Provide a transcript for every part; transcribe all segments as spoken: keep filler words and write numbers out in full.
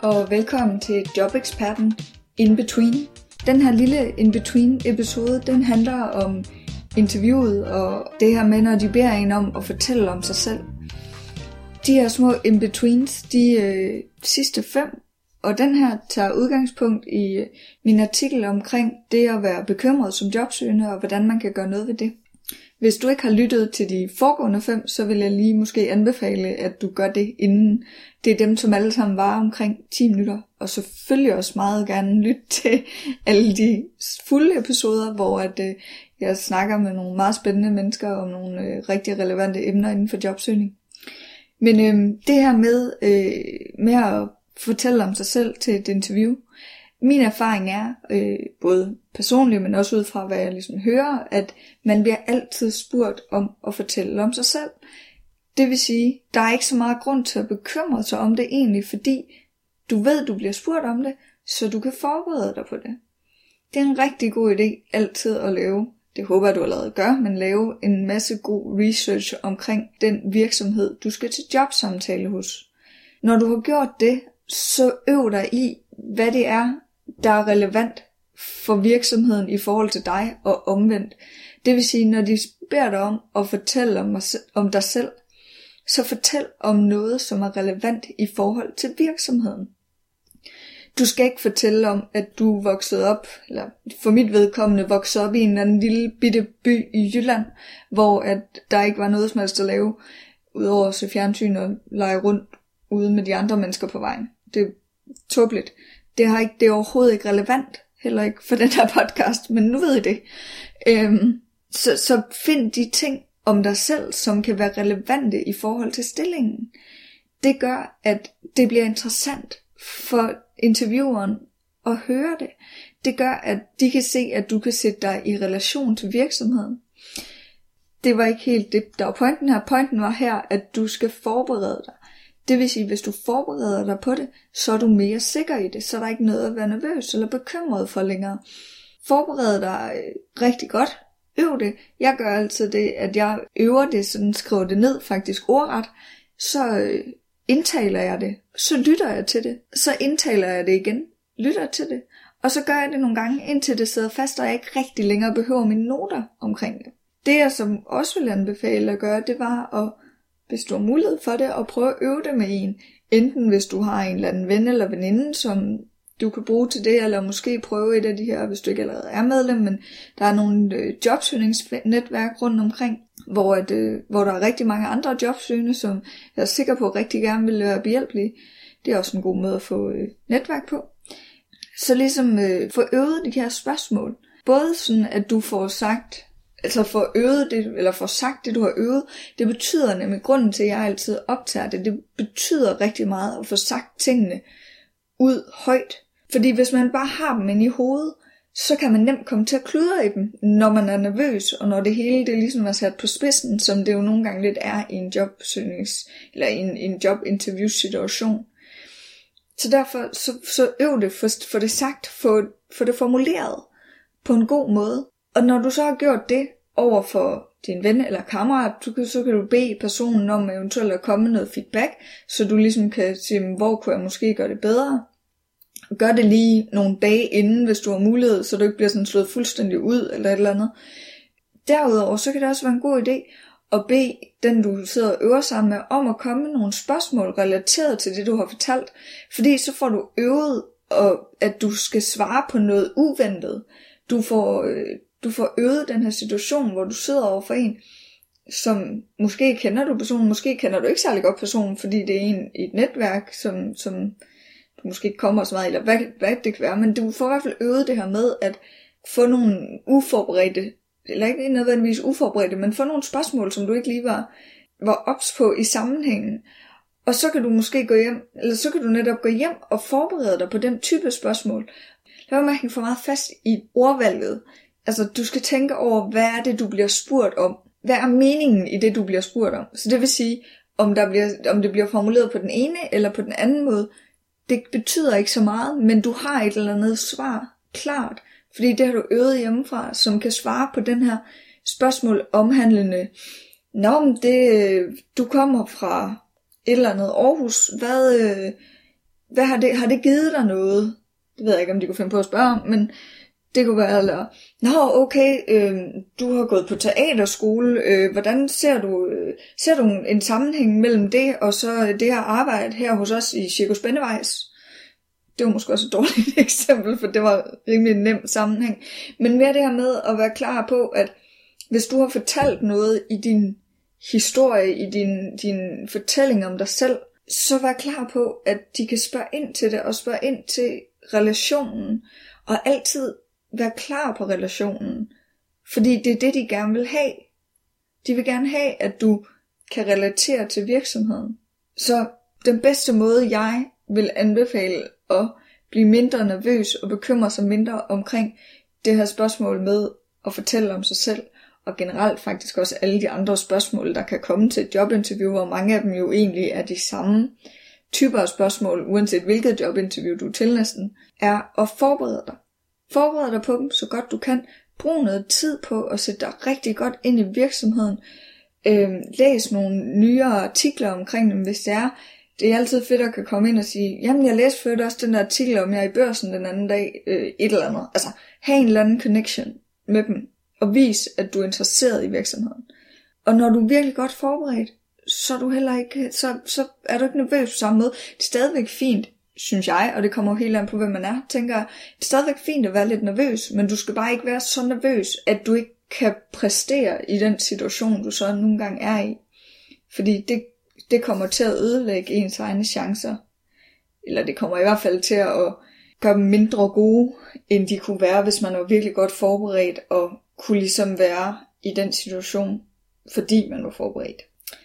og velkommen til Jobeksperten In Between. Den her lille In Between episode, den handler om interviewet og det her med, når de beder en om at fortælle om sig selv. De her små In Betweens, de øh, sidste fem, og den her tager udgangspunkt i øh, min artikel omkring det at være bekymret som jobsøgende og hvordan man kan gøre noget ved det. Hvis du ikke har lyttet til de foregående fem, så vil jeg lige måske anbefale, at du gør det inden. Det er dem, som alle sammen var omkring ti minutter. Og selvfølgelig også meget gerne lytte til alle de fulde episoder, hvor at, øh, jeg snakker med nogle meget spændende mennesker om nogle øh, rigtig relevante emner inden for jobsøgning. Men øh, det her med, øh, med at fortælle om sig selv til et interview, min erfaring er, øh, både personligt, men også ud fra hvad jeg ligesom hører, at man bliver altid spurgt om at fortælle om sig selv. Det vil sige, der er ikke så meget grund til at bekymre sig om det egentlig, fordi du ved, du bliver spurgt om det, så du kan forberede dig på det. Det er en rigtig god idé altid at lave, det håber jeg du allerede gør, men lave en masse god research omkring den virksomhed, du skal til jobsamtale hos. Når du har gjort det, så øv dig i, hvad det er, der er relevant for virksomheden i forhold til dig og omvendt. Det vil sige, når de beder dig om at fortælle om, om dig selv, så fortæl om noget, som er relevant i forhold til virksomheden. Du skal ikke fortælle om, at du voksede op, eller for mit vedkommende voksede op i en eller anden lille bitte by i Jylland, hvor at der ikke var noget som helst at lave, udover at se fjernsyn og lege rundt ude med de andre mennesker på vejen. Det er tåbeligt. Det, har ikke, det er overhovedet ikke relevant, heller ikke for den her podcast, men nu ved I det. Øhm, så, så find de ting om dig selv, som kan være relevante i forhold til stillingen. Det gør, at det bliver interessant for intervieweren at høre det. Det gør, at de kan se, at du kan sætte dig i relation til virksomheden. Det var ikke helt det, der var pointen her. Pointen var her, at du skal forberede dig. Det vil sige, at hvis du forbereder dig på det, så er du mere sikker i det, så er der ikke noget at være nervøs eller bekymret for længere. Forbered dig rigtig godt. Øv det. Jeg gør altid det, at jeg øver det, sådan skriver det ned, faktisk ordret, så indtaler jeg det, så lytter jeg til det, så indtaler jeg det igen, lytter til det, og så gør jeg det nogle gange, indtil det sidder fast, og jeg ikke rigtig længere behøver mine noter omkring det. Det jeg som også vil anbefale at gøre, det var at, hvis du har mulighed for det, at prøve at øve det med en. Enten hvis du har en eller anden ven eller veninde, som du kan bruge til det, eller måske prøve et af de her, hvis du ikke allerede er medlem, men der er nogle øh, jobsøgningsnetværk rundt omkring, hvor, at, øh, hvor der er rigtig mange andre jobsøgende, som jeg er sikker på rigtig gerne vil være behjælpelige. Det er også en god måde at få øh, netværk på. Så ligesom øh, få øvet de her spørgsmål. Både sådan, at du får sagt, altså får øvet det, eller får sagt det, du har øvet. Det betyder nemlig, grunden til, at jeg altid optager det, det betyder rigtig meget at få sagt tingene ud højt. Fordi hvis man bare har dem inde i hovedet, så kan man nemt komme til at kludre i dem, når man er nervøs, og når det hele det ligesom er sat på spidsen, som det jo nogle gange lidt er i en jobsøgnings, eller i en, en jobinterview-situation. Så derfor, så, så øv det, for, for det sagt, for, for det formuleret på en god måde. Og når du så har gjort det over for din ven eller kammerat, så, så kan du bede personen om eventuelt at komme med noget feedback, så du ligesom kan sige, hvor kunne jeg måske gøre det bedre. Gør det lige nogle dage inden, hvis du har mulighed, så du ikke bliver sådan slået fuldstændig ud eller et eller andet. Derudover, så kan det også være en god idé at bede den, du sidder og øver sammen med, om at komme med nogle spørgsmål relateret til det, du har fortalt. Fordi så får du øvet, at du skal svare på noget uventet. Du får, du får øvet den her situation, hvor du sidder over for en, som måske kender du personen, måske kender du ikke særlig godt personen, fordi det er en i et netværk, som... som du måske ikke kommer så meget, eller hvad, hvad det kan være, men du får i hvert fald øvet det her med at få nogle uforberedte, eller ikke nødvendigvis uforberedte, men få nogle spørgsmål, som du ikke lige var, var ops på i sammenhængen. Og så kan du måske gå hjem, eller så kan du netop gå hjem og forberede dig på den type spørgsmål. Lad være med at hænge for meget fast i ordvalget. Altså, du skal tænke over, hvad er det, du bliver spurgt om? Hvad er meningen i det, du bliver spurgt om? Så det vil sige, om, der bliver, om det bliver formuleret på den ene eller på den anden måde, det betyder ikke så meget, men du har et eller andet svar klart, fordi det har du øvet hjemmefra, som kan svare på den her spørgsmål omhandlende, nå, men det, du kommer fra et eller andet Aarhus, hvad, hvad har det, har det givet dig noget? Det ved jeg ikke, om de kunne finde på at spørge om, men det kunne være, eller, nå okay, øh, du har gået på teaterskole, øh, hvordan ser du, øh, ser du en sammenhæng mellem det, og så det her arbejde her hos os i Cirkus Bennevejs? Det var måske også et dårligt eksempel, for det var rimelig nem sammenhæng. Men mere det her med at være klar på, at hvis du har fortalt noget i din historie, i din, din fortælling om dig selv, så vær klar på, at de kan spørge ind til det, og spørge ind til relationen, og altid være klar på relationen, fordi det er det, de gerne vil have. De vil gerne have, at du kan relatere til virksomheden. Så den bedste måde, jeg vil anbefale at blive mindre nervøs og bekymre sig mindre omkring det her spørgsmål med at fortælle om sig selv, og generelt faktisk også alle de andre spørgsmål, der kan komme til et jobinterview, og mange af dem jo egentlig er de samme typer af spørgsmål, uanset hvilket jobinterview du er til næsten, er at forberede dig. Forbered dig på dem så godt du kan. Brug noget tid på at sætte dig rigtig godt ind i virksomheden. Øhm, læs nogle nyere artikler omkring dem, hvis det er. Det er altid fedt at kan komme ind og sige, jamen jeg læste før også den der artikel om jeg er i børsen den anden dag, øh, et eller andet. Altså, have en eller anden connection med dem, og vis, at du er interesseret i virksomheden. Og når du er virkelig godt forberedt, så er du heller ikke, så, så er du ikke nervøs på samme måde. Det er stadigvæk fint, synes jeg, og det kommer jo helt an på, hvem man er, tænker jeg, det er stadigvæk fint at være lidt nervøs, men du skal bare ikke være så nervøs, at du ikke kan præstere i den situation, du så nogle gange er i. Fordi det, det kommer til at ødelægge ens egne chancer. Eller det kommer i hvert fald til at gøre dem mindre gode, end de kunne være, hvis man var virkelig godt forberedt, og kunne ligesom være i den situation, fordi man var forberedt.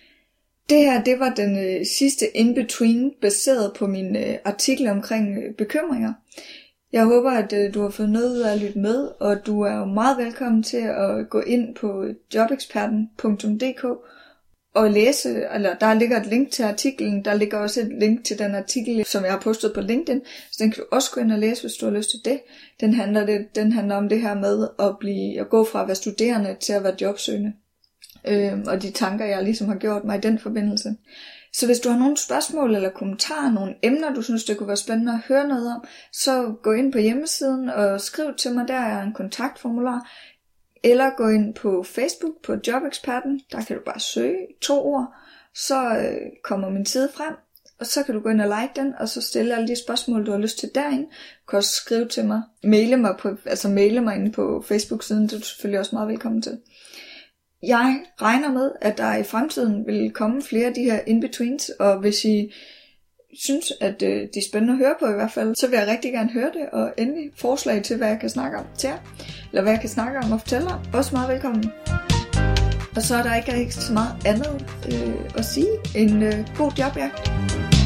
Det her, det var den øh, sidste in-between, baseret på min øh, artikel omkring øh, bekymringer. Jeg håber, at øh, du har fået noget ud af at lytte med, og du er jo meget velkommen til at gå ind på jobeksperten punktum d k og læse, eller der ligger et link til artiklen, der ligger også et link til den artikel, som jeg har postet på LinkedIn, så den kan du også gå ind og læse, hvis du har lyst til det. Den handler, det, den handler om det her med at, blive, at gå fra at være studerende til at være jobsøgende. Øhm, og de tanker, jeg ligesom har gjort mig i den forbindelse. Så hvis du har nogle spørgsmål eller kommentarer, nogle emner, du synes, det kunne være spændende at høre noget om, så gå ind på hjemmesiden og skriv til mig, der er en kontaktformular. Eller gå ind på Facebook på Jobeksperten, der kan du bare søge to ord, så øh, kommer min side frem, og så kan du gå ind og like den, og så stille alle de spørgsmål, du har lyst til derinde. Du kan også skrive til mig, maile mig, på, altså maile mig inde på Facebook-siden, det er du selvfølgelig også meget velkommen til. Jeg regner med, at der i fremtiden vil komme flere af de her in-betweens, og hvis I synes, at øh, de er spændende at høre på i hvert fald, så vil jeg rigtig gerne høre det, og endelig forslag til, hvad jeg kan snakke om til jer, eller hvad jeg kan snakke om og fortælle jer, også meget velkommen. Og så er der ikke rigtig så meget andet øh, at sige end øh, god jobjagt.